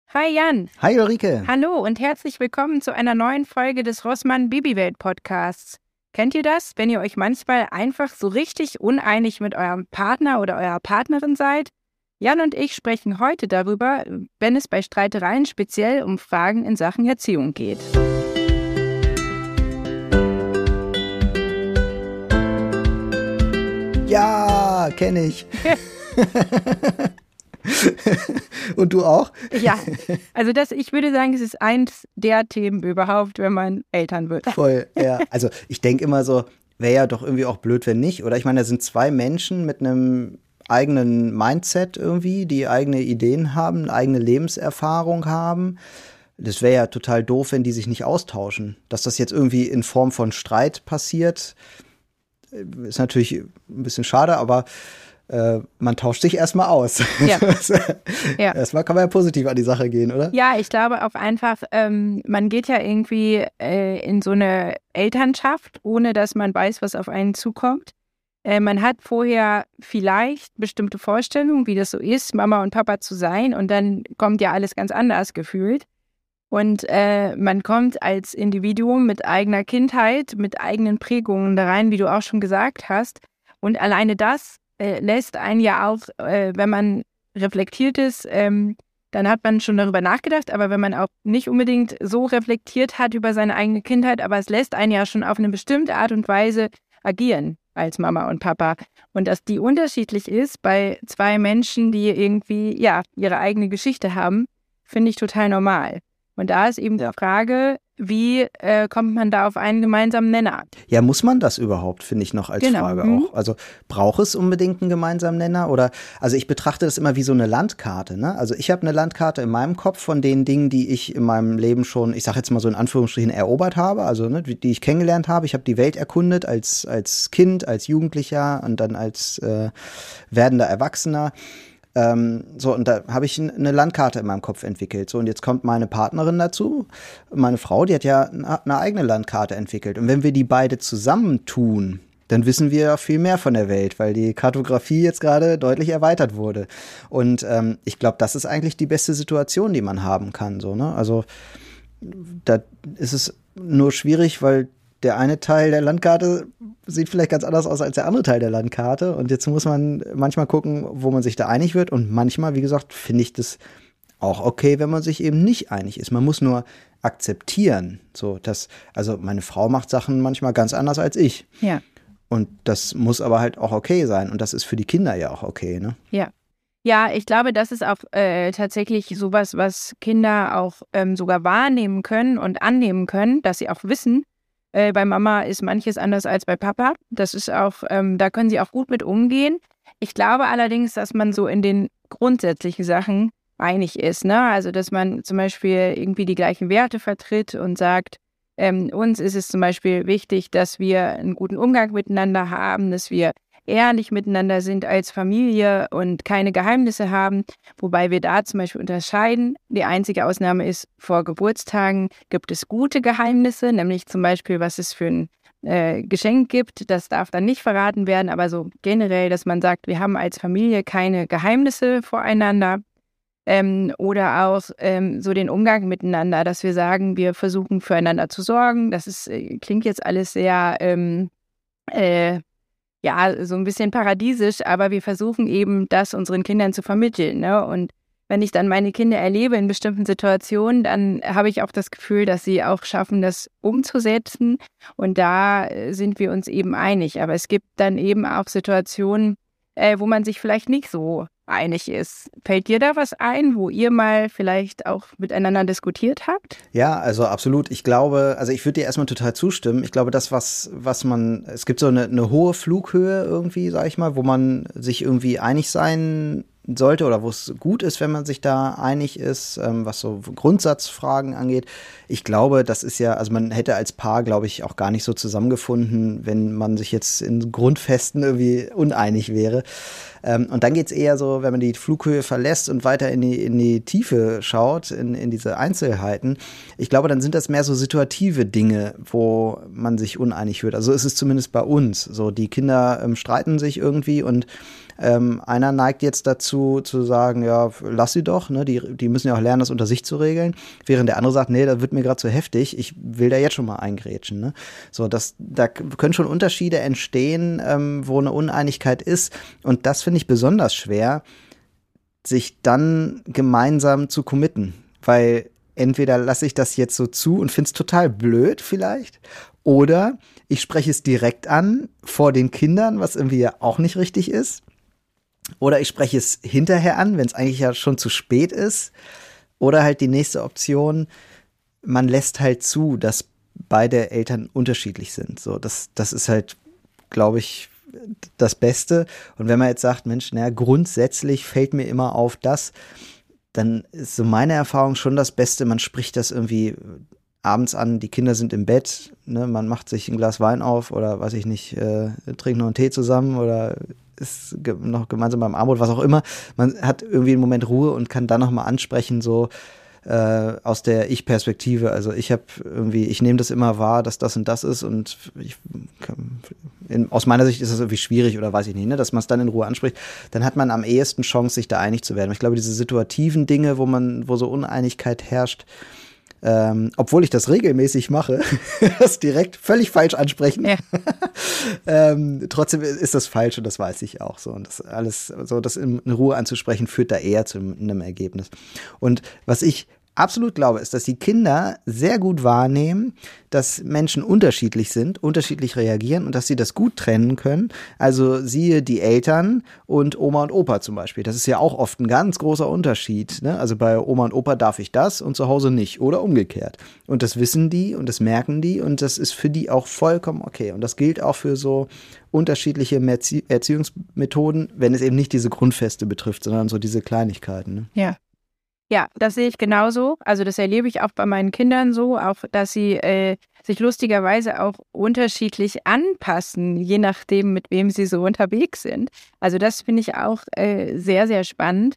Hi Jan. Hi Ulrike. Hallo und herzlich willkommen zu einer neuen Folge des Rossmann Babywelt Podcasts. Kennt ihr das, wenn ihr euch manchmal einfach so richtig uneinig mit eurem Partner oder eurer Partnerin seid? Jan und ich sprechen heute darüber, wenn es bei Streitereien speziell um Fragen in Sachen Erziehung geht. Ja, kenne ich. Und du auch? Ja, also ich würde sagen, es ist eins der Themen überhaupt, wenn man Eltern wird. Voll, ja. Also ich denke immer so, wäre ja doch irgendwie auch blöd, wenn nicht. Oder ich meine, da sind zwei Menschen mit einem eigenen Mindset irgendwie, die eigene Ideen haben, eine eigene Lebenserfahrung haben. Das wäre ja total doof, wenn die sich nicht austauschen. Dass das jetzt irgendwie in Form von Streit passiert, ist natürlich ein bisschen schade, aber man tauscht sich erstmal aus. Ja. Ja. Erstmal kann man ja positiv an die Sache gehen, oder? Ja, ich glaube auch einfach, man geht ja irgendwie in so eine Elternschaft, ohne dass man weiß, was auf einen zukommt. Man hat vorher vielleicht bestimmte Vorstellungen, wie das so ist, Mama und Papa zu sein, und dann kommt ja alles ganz anders gefühlt. Und man kommt als Individuum mit eigener Kindheit, mit eigenen Prägungen da rein, wie du auch schon gesagt hast. Und alleine das lässt einen ja auch, wenn man reflektiert ist, dann hat man schon darüber nachgedacht, aber wenn man auch nicht unbedingt so reflektiert hat über seine eigene Kindheit, aber es lässt einen ja schon auf eine bestimmte Art und Weise agieren als Mama und Papa. Und dass die unterschiedlich ist bei zwei Menschen, die irgendwie, ja, ihre eigene Geschichte haben, finde ich total normal. Und da ist eben die Frage, wie kommt man da auf einen gemeinsamen Nenner? Ja, muss man das überhaupt, finde ich noch als Frage auch. Also braucht es unbedingt einen gemeinsamen Nenner? Oder, also ich betrachte das immer wie so eine Landkarte, ne? Also ich habe eine Landkarte in meinem Kopf von den Dingen, die ich in meinem Leben schon, ich sage jetzt mal so in Anführungsstrichen, erobert habe, also ne, die ich kennengelernt habe. Ich habe die Welt erkundet als Kind, als Jugendlicher und dann als werdender Erwachsener. So, und da habe ich eine Landkarte in meinem Kopf entwickelt. So, und jetzt kommt meine Partnerin dazu, meine Frau, die hat ja eine eigene Landkarte entwickelt. Und wenn wir die beide zusammentun, dann wissen wir viel mehr von der Welt, weil die Kartografie jetzt gerade deutlich erweitert wurde. Und ich glaube, das ist eigentlich die beste Situation, die man haben kann. So, ne? Also da ist es nur schwierig, weil der eine Teil der Landkarte sieht vielleicht ganz anders aus als der andere Teil der Landkarte. Und jetzt muss man manchmal gucken, wo man sich da einig wird. Und manchmal, wie gesagt, finde ich das auch okay, wenn man sich eben nicht einig ist. Man muss nur akzeptieren, so dass, also meine Frau macht Sachen manchmal ganz anders als ich. Ja. Und das muss aber halt auch okay sein. Und das ist für die Kinder ja auch okay, ne? Ja. Ja, ich glaube, das ist auch tatsächlich sowas, was Kinder auch sogar wahrnehmen können und annehmen können, dass sie auch wissen, bei Mama ist manches anders als bei Papa. Das ist auch, da können sie auch gut mit umgehen. Ich glaube allerdings, dass man so in den grundsätzlichen Sachen einig ist, ne? Also, dass man zum Beispiel irgendwie die gleichen Werte vertritt und sagt, uns ist es zum Beispiel wichtig, dass wir einen guten Umgang miteinander haben, dass wir ehrlich miteinander sind als Familie und keine Geheimnisse haben, wobei wir da zum Beispiel unterscheiden. Die einzige Ausnahme ist, vor Geburtstagen gibt es gute Geheimnisse, nämlich zum Beispiel, was es für ein Geschenk gibt. Das darf dann nicht verraten werden, aber so generell, dass man sagt, wir haben als Familie keine Geheimnisse voreinander. Oder auch so den Umgang miteinander, dass wir sagen, wir versuchen füreinander zu sorgen. Das ist, klingt jetzt alles sehr ja, so ein bisschen paradiesisch, aber wir versuchen eben, das unseren Kindern zu vermitteln, ne? Und wenn ich dann meine Kinder erlebe in bestimmten Situationen, dann habe ich auch das Gefühl, dass sie auch schaffen, das umzusetzen. Und da sind wir uns eben einig. Aber es gibt dann eben auch Situationen, wo man sich vielleicht nicht so einig ist. Fällt dir da was ein, wo ihr mal vielleicht auch miteinander diskutiert habt? Ja, also absolut. Ich glaube, also ich würde dir erstmal total zustimmen. Ich glaube, das, was man, es gibt so eine hohe Flughöhe irgendwie, sag ich mal, wo man sich irgendwie einig sein sollte oder wo es gut ist, wenn man sich da einig ist, was so Grundsatzfragen angeht. Ich glaube, das ist ja, also man hätte als Paar, glaube ich, auch gar nicht so zusammengefunden, wenn man sich jetzt in Grundfesten irgendwie uneinig wäre. Und dann geht's eher so, wenn man die Flughöhe verlässt und weiter in die Tiefe schaut, in diese Einzelheiten. Ich glaube, dann sind das mehr so situative Dinge, wo man sich uneinig wird. Also ist es zumindest bei uns so. Die Kinder streiten sich irgendwie und Einer neigt jetzt dazu zu sagen, ja, lass sie doch, ne? Die müssen ja auch lernen, das unter sich zu regeln, während der andere sagt, nee, das wird mir gerade zu heftig, ich will da jetzt schon mal eingrätschen. Ne? So, da können schon Unterschiede entstehen, wo eine Uneinigkeit ist, und das finde ich besonders schwer, sich dann gemeinsam zu committen, weil entweder lasse ich das jetzt so zu und finde es total blöd vielleicht, oder ich spreche es direkt an vor den Kindern, was irgendwie ja auch nicht richtig ist, oder ich spreche es hinterher an, wenn es eigentlich ja schon zu spät ist, oder halt die nächste Option, man lässt halt zu, dass beide Eltern unterschiedlich sind. So, das ist halt, glaube ich, das Beste. Und wenn man jetzt sagt, Mensch, naja, grundsätzlich fällt mir immer auf das, dann ist so meine Erfahrung schon das Beste, man spricht das irgendwie abends an, die Kinder sind im Bett, ne, man macht sich ein Glas Wein auf oder weiß ich nicht, trinkt noch einen Tee zusammen oder ist noch gemeinsam beim Abendbrot, was auch immer. Man hat irgendwie einen Moment Ruhe und kann dann nochmal ansprechen, so aus der Ich-Perspektive. Also ich nehme das immer wahr, dass das und das ist, und aus meiner Sicht ist das irgendwie schwierig oder weiß ich nicht, ne, dass man es dann in Ruhe anspricht. Dann hat man am ehesten Chance, sich da einig zu werden. Ich glaube, diese situativen Dinge, wo so Uneinigkeit herrscht, obwohl ich das regelmäßig mache, das direkt völlig falsch ansprechen. Ja. Trotzdem ist das falsch, und das weiß ich auch so. Und das alles, so das in Ruhe anzusprechen, führt da eher zu einem Ergebnis. Und was ich absolut glaube, ist, dass die Kinder sehr gut wahrnehmen, dass Menschen unterschiedlich sind, unterschiedlich reagieren und dass sie das gut trennen können. Also siehe die Eltern und Oma und Opa zum Beispiel. Das ist ja auch oft ein ganz großer Unterschied. Ne? Also bei Oma und Opa darf ich das und zu Hause nicht oder umgekehrt. Und das wissen die und das merken die, und das ist für die auch vollkommen okay. Und das gilt auch für so unterschiedliche Erziehungsmethoden, wenn es eben nicht diese Grundfeste betrifft, sondern so diese Kleinigkeiten. Ne? Ja. Ja, das sehe ich genauso. Also das erlebe ich auch bei meinen Kindern so, auch dass sie sich lustigerweise auch unterschiedlich anpassen, je nachdem, mit wem sie so unterwegs sind. Also das finde ich auch sehr, sehr spannend.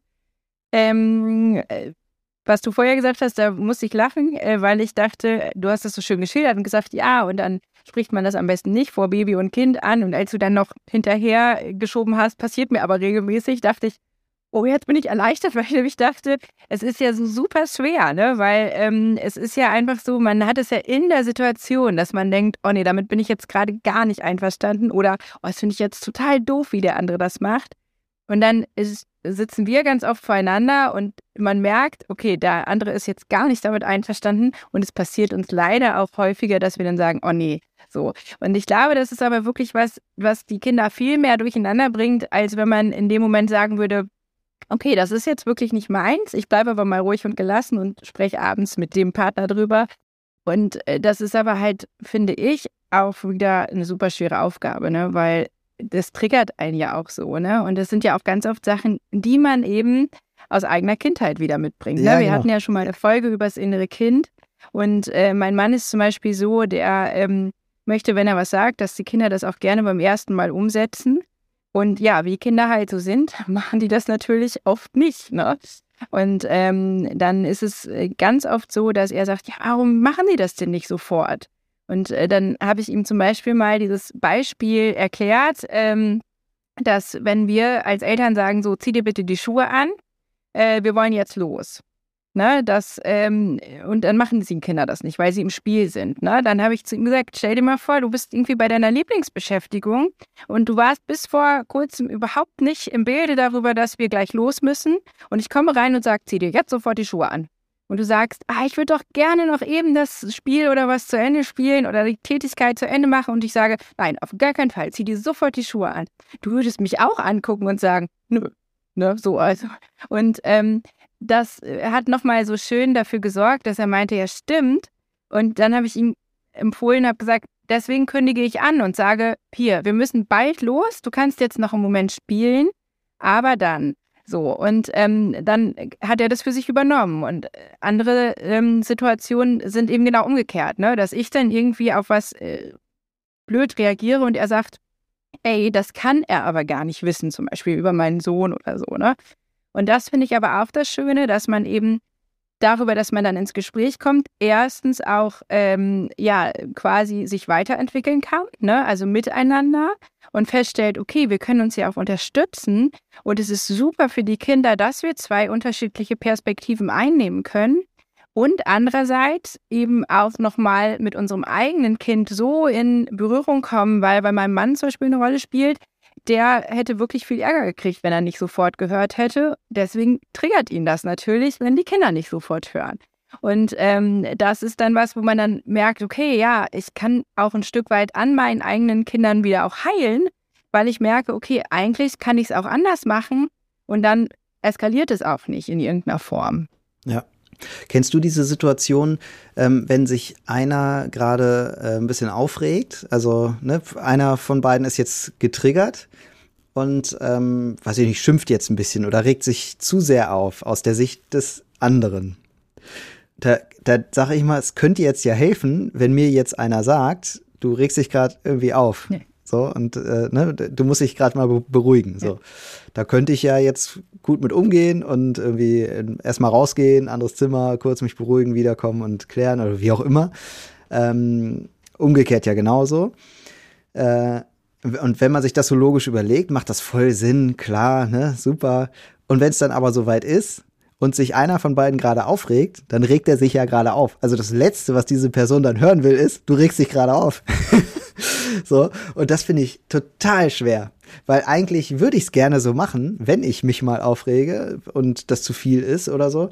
Was du vorher gesagt hast, da musste ich lachen, weil ich dachte, du hast das so schön geschildert und gesagt, ja, und dann spricht man das am besten nicht vor Baby und Kind an. Und als du dann noch hinterher geschoben hast, passiert mir aber regelmäßig, dachte ich, oh, jetzt bin ich erleichtert, weil ich dachte, es ist ja so super schwer, ne? Weil es ist ja einfach so, man hat es ja in der Situation, dass man denkt, oh nee, damit bin ich jetzt gerade gar nicht einverstanden, oder oh, das finde ich jetzt total doof, wie der andere das macht. Und dann sitzen wir ganz oft voreinander und man merkt, okay, der andere ist jetzt gar nicht damit einverstanden, und es passiert uns leider auch häufiger, dass wir dann sagen, oh nee, so. Und ich glaube, das ist aber wirklich was die Kinder viel mehr durcheinander bringt, als wenn man in dem Moment sagen würde, okay, das ist jetzt wirklich nicht meins, ich bleibe aber mal ruhig und gelassen und spreche abends mit dem Partner drüber. Und das ist aber halt, finde ich, auch wieder eine super schwere Aufgabe, ne? Weil das triggert einen ja auch so, ne? Und das sind ja auch ganz oft Sachen, die man eben aus eigener Kindheit wieder mitbringt. Ne? Ja, wir hatten ja schon mal eine Folge über das innere Kind, und mein Mann ist zum Beispiel so, der möchte, wenn er was sagt, dass die Kinder das auch gerne beim ersten Mal umsetzen. Und ja, wie Kinder halt so sind, machen die das natürlich oft nicht, ne? Und dann ist es ganz oft so, dass er sagt, ja, warum machen die das denn nicht sofort? Und dann habe ich ihm zum Beispiel mal dieses Beispiel erklärt, dass wenn wir als Eltern sagen, so, zieh dir bitte die Schuhe an, wir wollen jetzt los. Ne, und dann machen die Kinder das nicht, weil sie im Spiel sind. Ne? Dann habe ich zu ihm gesagt, stell dir mal vor, du bist irgendwie bei deiner Lieblingsbeschäftigung und du warst bis vor kurzem überhaupt nicht im Bilde darüber, dass wir gleich los müssen. Und ich komme rein und sage, zieh dir jetzt sofort die Schuhe an. Und du sagst, ich würde doch gerne noch eben das Spiel oder was zu Ende spielen oder die Tätigkeit zu Ende machen. Und ich sage, nein, auf gar keinen Fall, zieh dir sofort die Schuhe an. Du würdest mich auch angucken und sagen, nö. Ne, so also. Und das hat nochmal so schön dafür gesorgt, dass er meinte, ja stimmt. Und dann habe ich ihm empfohlen, habe gesagt, deswegen kündige ich an und sage, hier, wir müssen bald los, du kannst jetzt noch einen Moment spielen, aber dann. So, und dann hat er das für sich übernommen. Und andere Situationen sind eben genau umgekehrt, ne? Dass ich dann irgendwie auf was blöd reagiere und er sagt, ey, das kann er aber gar nicht wissen, zum Beispiel über meinen Sohn oder so, ne? Und das finde ich aber auch das Schöne, dass man eben darüber, dass man dann ins Gespräch kommt, erstens auch quasi sich weiterentwickeln kann, ne? Also miteinander, und feststellt, okay, wir können uns ja auch unterstützen und es ist super für die Kinder, dass wir 2 unterschiedliche Perspektiven einnehmen können und andererseits eben auch nochmal mit unserem eigenen Kind so in Berührung kommen, weil bei meinem Mann zum Beispiel eine Rolle spielt, der hätte wirklich viel Ärger gekriegt, wenn er nicht sofort gehört hätte. Deswegen triggert ihn das natürlich, wenn die Kinder nicht sofort hören. Und das ist dann was, wo man dann merkt, okay, ja, ich kann auch ein Stück weit an meinen eigenen Kindern wieder auch heilen, weil ich merke, okay, eigentlich kann ich es auch anders machen und dann eskaliert es auch nicht in irgendeiner Form. Ja. Kennst du diese Situation, wenn sich einer gerade ein bisschen aufregt? Also einer von beiden ist jetzt getriggert und, weiß ich nicht, schimpft jetzt ein bisschen oder regt sich zu sehr auf aus der Sicht des anderen. Da sage ich mal, es könnte jetzt ja helfen, wenn mir jetzt einer sagt, du regst dich gerade irgendwie auf. Nee. So, und du musst dich gerade mal beruhigen. So. Ja. Da könnte ich ja jetzt gut mit umgehen und irgendwie erstmal rausgehen, anderes Zimmer, kurz mich beruhigen, wiederkommen und klären oder wie auch immer. Umgekehrt ja genauso. Und wenn man sich das so logisch überlegt, macht das voll Sinn, klar, ne, super. Und wenn es dann aber soweit ist und sich einer von beiden gerade aufregt, dann regt er sich ja gerade auf. Also das Letzte, was diese Person dann hören will, ist, du regst dich gerade auf. So, und das finde ich total schwer, weil eigentlich würde ich es gerne so machen, wenn ich mich mal aufrege und das zu viel ist oder so,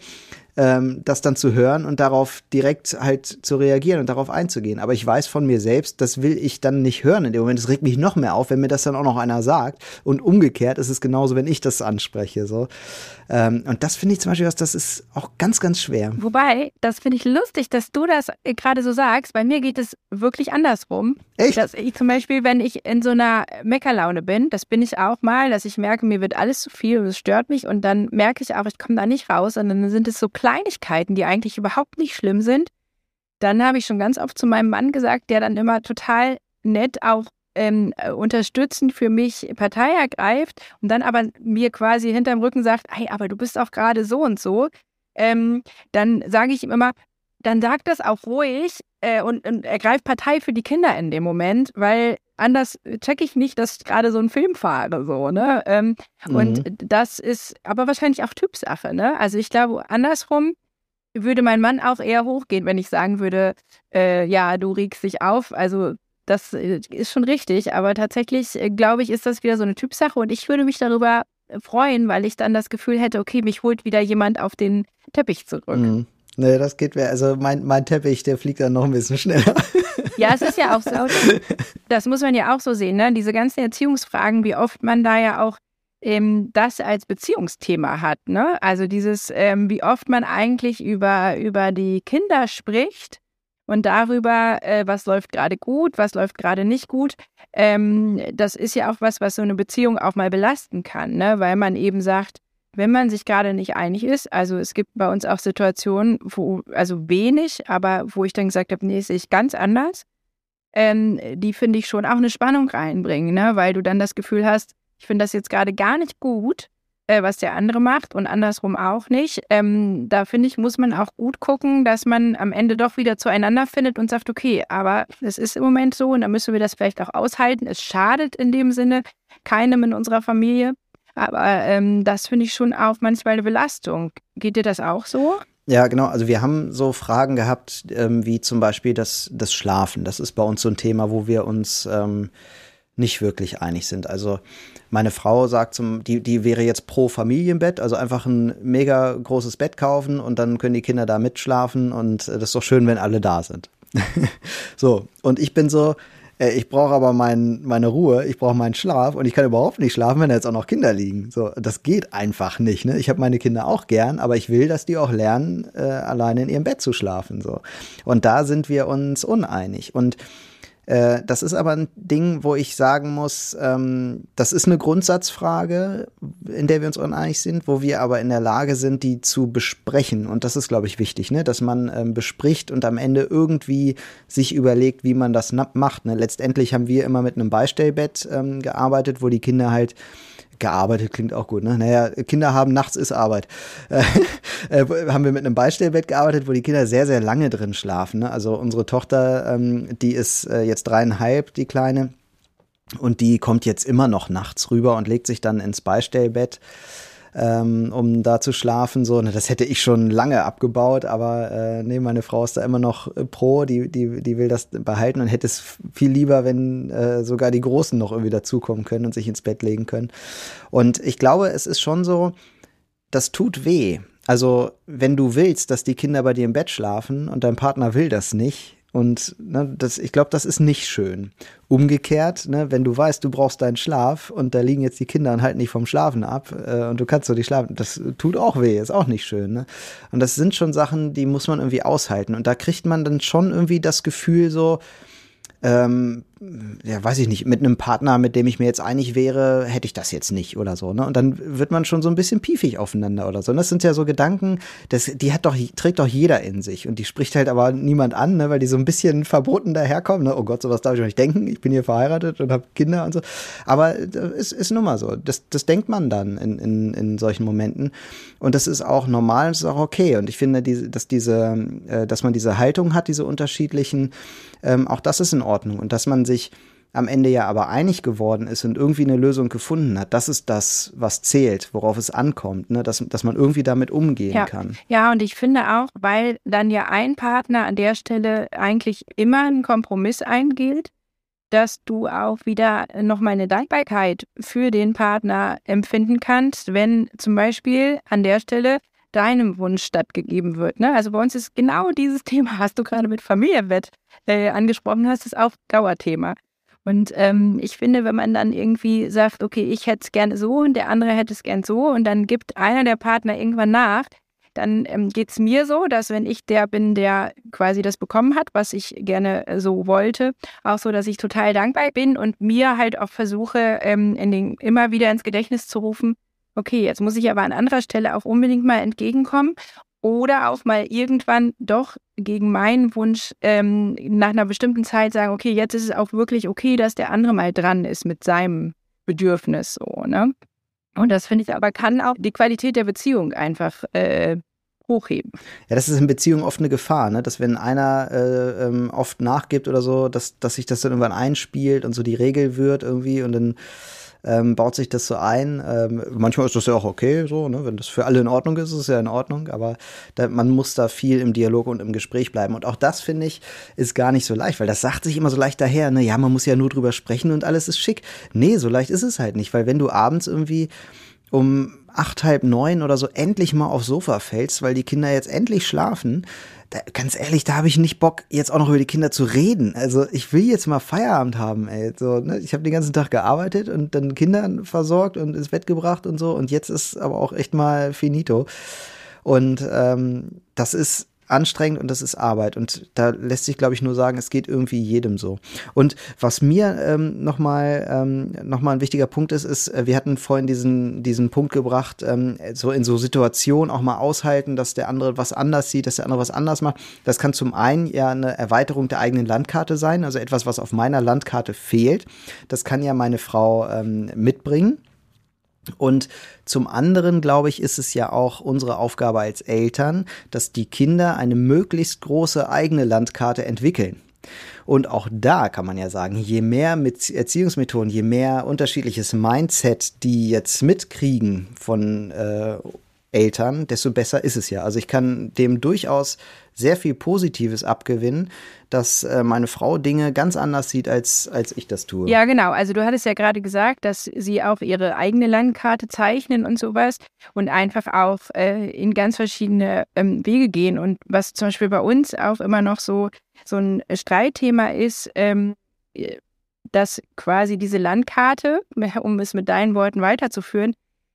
das dann zu hören und darauf direkt halt zu reagieren und darauf einzugehen. Aber ich weiß von mir selbst, das will ich dann nicht hören in dem Moment. Es regt mich noch mehr auf, wenn mir das dann auch noch einer sagt. Und umgekehrt ist es genauso, wenn ich das anspreche. So. Und das finde ich zum Beispiel, das ist auch ganz, ganz schwer. Wobei, das finde ich lustig, dass du das gerade so sagst. Bei mir geht es wirklich andersrum. Echt? Dass ich zum Beispiel, wenn ich in so einer Meckerlaune bin, das bin ich auch mal, dass ich merke, mir wird alles zu viel und es stört mich und dann merke ich auch, ich komme da nicht raus und dann sind es so Kleinigkeiten, die eigentlich überhaupt nicht schlimm sind. Dann habe ich schon ganz oft zu meinem Mann gesagt, der dann immer total nett auch unterstützend für mich Partei ergreift und dann aber mir quasi hinterm Rücken sagt, hey, aber du bist auch gerade so und so. Dann sage ich ihm immer, dann sag das auch ruhig und ergreift Partei für die Kinder in dem Moment, weil anders checke ich nicht, dass ich gerade so einen Film fahre, so, ne? Und das ist aber wahrscheinlich auch Typsache, ne? Also ich glaube, andersrum würde mein Mann auch eher hochgehen, wenn ich sagen würde, ja, du regst dich auf. Also das ist schon richtig, aber tatsächlich, glaube ich, ist das wieder so eine Typsache und ich würde mich darüber freuen, weil ich dann das Gefühl hätte, okay, mich holt wieder jemand auf den Teppich zurück. Mhm. Nee, das geht mir, also mein Teppich, der fliegt dann noch ein bisschen schneller. Ja, es ist ja auch so, das muss man ja auch so sehen, ne? Diese ganzen Erziehungsfragen, wie oft man da ja auch das als Beziehungsthema hat, ne? Also dieses, wie oft man eigentlich über die Kinder spricht und darüber, was läuft gerade gut, was läuft gerade nicht gut. Das ist ja auch was so eine Beziehung auch mal belasten kann, ne? Weil man eben sagt, wenn man sich gerade nicht einig ist, also es gibt bei uns auch Situationen, wo, also wenig, aber wo ich dann gesagt habe, nee, sehe ich ganz anders, die finde ich schon auch eine Spannung reinbringen, ne? Weil du dann das Gefühl hast, ich finde das jetzt gerade gar nicht gut, was der andere macht und andersrum auch nicht. Da finde ich, muss man auch gut gucken, dass man am Ende doch wieder zueinander findet und sagt, okay, aber es ist im Moment so und dann müssen wir das vielleicht auch aushalten. Es schadet in dem Sinne keinem in unserer Familie. Aber das finde ich schon auch manchmal eine Belastung. Geht dir das auch so? Ja, genau. Also wir haben so Fragen gehabt, wie zum Beispiel das Schlafen. Das ist bei uns so ein Thema, wo wir uns nicht wirklich einig sind. Also meine Frau sagt die wäre jetzt pro Familienbett, also einfach ein mega großes Bett kaufen und dann können die Kinder da mitschlafen und das ist doch schön, wenn alle da sind. So, und ich bin so, ich brauche aber meine Ruhe, ich brauche meinen Schlaf und ich kann überhaupt nicht schlafen, wenn da jetzt auch noch Kinder liegen. So, das geht einfach nicht, ne? Ich habe meine Kinder auch gern, aber ich will, dass die auch lernen, alleine in ihrem Bett zu schlafen. So. Und da sind wir uns uneinig. Und das ist aber ein Ding, wo ich sagen muss, das ist eine Grundsatzfrage, in der wir uns uneinig sind, wo wir aber in der Lage sind, die zu besprechen. Und das ist, glaube ich, wichtig, ne? Dass man bespricht und am Ende irgendwie sich überlegt, wie man das macht. Ne? Letztendlich haben wir immer mit einem Beistellbett gearbeitet, wo die Kinder halt gearbeitet klingt auch gut, ne? Naja, Kinder haben, nachts ist Arbeit. Haben wir mit einem Beistellbett gearbeitet, wo die Kinder sehr, sehr lange drin schlafen, ne? Also unsere Tochter, die ist jetzt 3,5, die Kleine. Und die kommt jetzt immer noch nachts rüber und legt sich dann ins Beistellbett, um da zu schlafen. So, das hätte ich schon lange abgebaut, aber nee, meine Frau ist da immer noch pro, die will das behalten und hätte es viel lieber, wenn sogar die Großen noch irgendwie dazukommen können und sich ins Bett legen können. Und ich glaube, es ist schon so, das tut weh. Also, wenn du willst, dass die Kinder bei dir im Bett schlafen und dein Partner will das nicht, und ne, ich glaube, das ist nicht schön. Umgekehrt, ne, wenn du weißt, du brauchst deinen Schlaf und da liegen jetzt die Kinder und halten dich vom Schlafen ab und du kannst so nicht schlafen, das tut auch weh, ist auch nicht schön. Ne? Und das sind schon Sachen, die muss man irgendwie aushalten. Und da kriegt man dann schon irgendwie das Gefühl so, ja, weiß ich nicht, mit einem Partner, mit dem ich mir jetzt einig wäre, hätte ich das jetzt nicht oder so, ne? Und dann wird man schon so ein bisschen piefig aufeinander oder so. Und das sind ja so Gedanken, trägt doch jeder in sich und die spricht halt aber niemand an, ne? Weil die so ein bisschen verboten daherkommen, ne? Oh Gott, sowas darf ich doch nicht denken, ich bin hier verheiratet und habe Kinder und so. Aber es ist nun mal so. Das denkt man dann in solchen Momenten. Und das ist auch normal und das ist auch okay. Und ich finde, dass man diese Haltung hat, diese unterschiedlichen, auch das ist in Ordnung. Und dass man sich am Ende ja aber einig geworden ist und irgendwie eine Lösung gefunden hat, das ist das, was zählt, worauf es ankommt, ne? Dass man irgendwie damit umgehen kann. Ja, und ich finde auch, weil dann ja ein Partner an der Stelle eigentlich immer einen Kompromiss eingeht, dass du auch wieder nochmal eine Dankbarkeit für den Partner empfinden kannst, wenn zum Beispiel an der Stelle deinem Wunsch stattgegeben wird. Ne? Also bei uns ist genau dieses Thema, hast du gerade mit Familienbett angesprochen hast, ist auch Dauerthema. Und ich finde, wenn man dann irgendwie sagt, okay, ich hätte es gerne so und der andere hätte es gern so und dann gibt einer der Partner irgendwann nach, dann geht es mir so, dass wenn ich der bin, der quasi das bekommen hat, was ich gerne so wollte, auch so, dass ich total dankbar bin und mir halt auch versuche, immer wieder ins Gedächtnis zu rufen, okay, jetzt muss ich aber an anderer Stelle auch unbedingt mal entgegenkommen oder auch mal irgendwann doch gegen meinen Wunsch nach einer bestimmten Zeit sagen, okay, jetzt ist es auch wirklich okay, dass der andere mal dran ist mit seinem Bedürfnis, so, ne? Und das finde ich aber kann auch die Qualität der Beziehung einfach hochheben. Ja, das ist in Beziehungen oft eine Gefahr, ne? Dass wenn einer oft nachgibt oder so, dass sich das dann irgendwann einspielt und so die Regel wird irgendwie und dann baut sich das so ein. Manchmal ist das ja auch okay, so, ne? Wenn das für alle in Ordnung ist, ist es ja in Ordnung, aber man muss da viel im Dialog und im Gespräch bleiben. Und auch das, finde ich, ist gar nicht so leicht, weil das sagt sich immer so leicht daher, ne? Ja, man muss ja nur drüber sprechen und alles ist schick. Nee, so leicht ist es halt nicht, weil wenn du abends irgendwie um 8, halb 9 oder so endlich mal aufs Sofa fällst, weil die Kinder jetzt endlich schlafen, ganz ehrlich, da habe ich nicht Bock, jetzt auch noch über die Kinder zu reden. Also ich will jetzt mal Feierabend haben, ey. So, ne? Ich habe den ganzen Tag gearbeitet und dann Kinder versorgt und ins Bett gebracht und so. Und jetzt ist aber auch echt mal finito. Und das ist anstrengend und das ist Arbeit. Und da lässt sich, glaube ich, nur sagen, es geht irgendwie jedem so. Und was mir nochmal ein wichtiger Punkt ist, wir hatten vorhin diesen Punkt gebracht, so in so Situationen auch mal aushalten, dass der andere was anders sieht, dass der andere was anders macht. Das kann zum einen ja eine Erweiterung der eigenen Landkarte sein, also etwas, was auf meiner Landkarte fehlt. Das kann ja meine Frau mitbringen. Und zum anderen, glaube ich, ist es ja auch unsere Aufgabe als Eltern, dass die Kinder eine möglichst große eigene Landkarte entwickeln. Und auch da kann man ja sagen, je mehr mit Erziehungsmethoden, je mehr unterschiedliches Mindset die jetzt mitkriegen von Eltern, desto besser ist es ja. Also ich kann dem durchaus sehr viel Positives abgewinnen, dass meine Frau Dinge ganz anders sieht, als ich das tue. Ja, genau. Also du hattest ja gerade gesagt, dass sie auch ihre eigene Landkarte zeichnen und sowas und einfach auch in ganz verschiedene Wege gehen. Und was zum Beispiel bei uns auch immer noch so ein Streitthema ist, dass quasi diese Landkarte, um es mit deinen Worten weiterzuführen,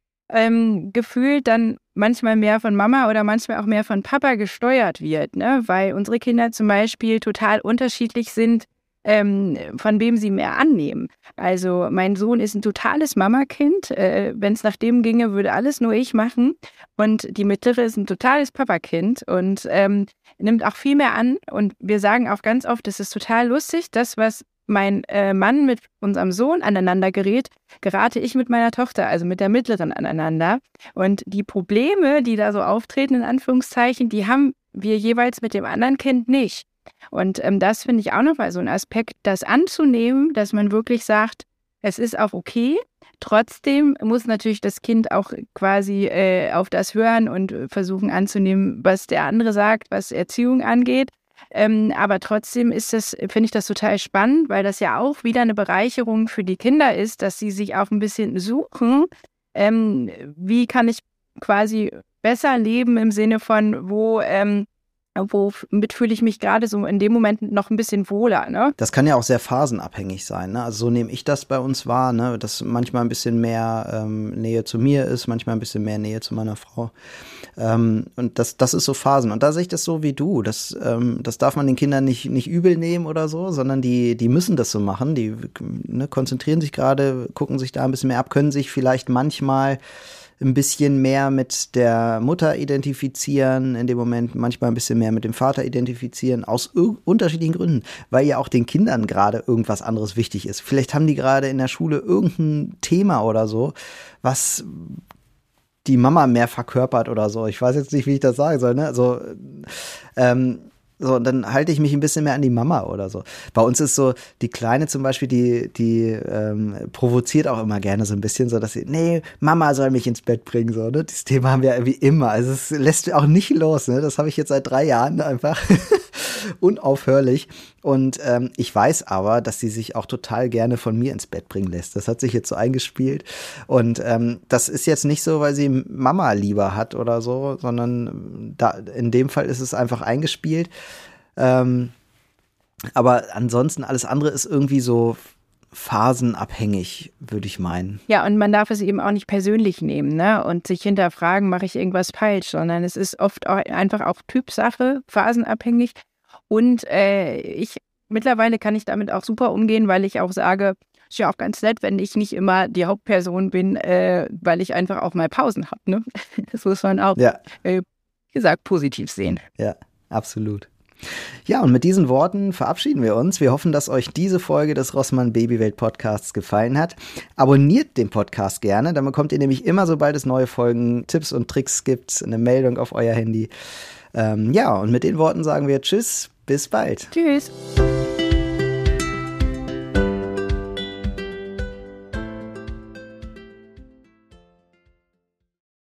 gefühlt dann manchmal mehr von Mama oder manchmal auch mehr von Papa gesteuert wird, ne? Weil unsere Kinder zum Beispiel total unterschiedlich sind, von wem sie mehr annehmen. Also mein Sohn ist ein totales Mamakind. Wenn es nach dem ginge, würde alles nur ich machen. Und die mittlere ist ein totales Papakind und nimmt auch viel mehr an. Und wir sagen auch ganz oft, das ist total lustig, das, was mein Mann mit unserem Sohn aneinander gerate ich mit meiner Tochter, also mit der Mittleren aneinander. Und die Probleme, die da so auftreten, in Anführungszeichen, die haben wir jeweils mit dem anderen Kind nicht. Und das finde ich auch noch mal so ein Aspekt, das anzunehmen, dass man wirklich sagt, es ist auch okay. Trotzdem muss natürlich das Kind auch quasi auf das hören und versuchen anzunehmen, was der andere sagt, was Erziehung angeht. Aber trotzdem finde ich das total spannend, weil das ja auch wieder eine Bereicherung für die Kinder ist, dass sie sich auch ein bisschen suchen, wie kann ich quasi besser leben im Sinne von, womit fühle ich mich gerade so in dem Moment noch ein bisschen wohler, ne? Das kann ja auch sehr phasenabhängig sein, ne? Also so nehme ich das bei uns wahr, ne? Dass manchmal ein bisschen mehr Nähe zu mir ist, manchmal ein bisschen mehr Nähe zu meiner Frau. Und das ist so Phasen. Und da sehe ich das so wie du. Das darf man den Kindern nicht übel nehmen oder so, sondern die müssen das so machen. Die konzentrieren sich gerade, gucken sich da ein bisschen mehr ab, können sich vielleicht manchmal ein bisschen mehr mit der Mutter identifizieren, in dem Moment manchmal ein bisschen mehr mit dem Vater identifizieren, aus unterschiedlichen Gründen, weil ja auch den Kindern gerade irgendwas anderes wichtig ist. Vielleicht haben die gerade in der Schule irgendein Thema oder so, was die Mama mehr verkörpert oder so. Ich weiß jetzt nicht, wie ich das sagen soll, ne? Also, so, und dann halte ich mich ein bisschen mehr an die Mama oder so. Bei uns ist so, die Kleine zum Beispiel, die provoziert auch immer gerne so ein bisschen, so dass sie, nee, Mama soll mich ins Bett bringen, so, ne? Dieses Thema haben wir irgendwie immer. Also es lässt auch nicht los, ne? Das habe ich jetzt seit 3 Jahren einfach unaufhörlich. Und ich weiß aber, dass sie sich auch total gerne von mir ins Bett bringen lässt. Das hat sich jetzt so eingespielt. Und das ist jetzt nicht so, weil sie Mama lieber hat oder so, sondern in dem Fall ist es einfach eingespielt. Aber ansonsten alles andere ist irgendwie so phasenabhängig, würde ich meinen. Ja, und man darf es eben auch nicht persönlich nehmen, ne? Und sich hinterfragen, mache ich irgendwas falsch, sondern es ist oft auch einfach auch Typsache, phasenabhängig. Und mittlerweile kann ich damit auch super umgehen, weil ich auch sage, ist ja auch ganz nett, wenn ich nicht immer die Hauptperson bin, weil ich einfach auch mal Pausen habe, ne? Das muss man auch, wie gesagt, positiv sehen. Ja, absolut. Ja, und mit diesen Worten verabschieden wir uns. Wir hoffen, dass euch diese Folge des Rossmann Babywelt Podcasts gefallen hat. Abonniert den Podcast gerne, dann bekommt ihr nämlich immer, sobald es neue Folgen, Tipps und Tricks gibt, eine Meldung auf euer Handy. Ja, und mit den Worten sagen wir Tschüss, bis bald. Tschüss.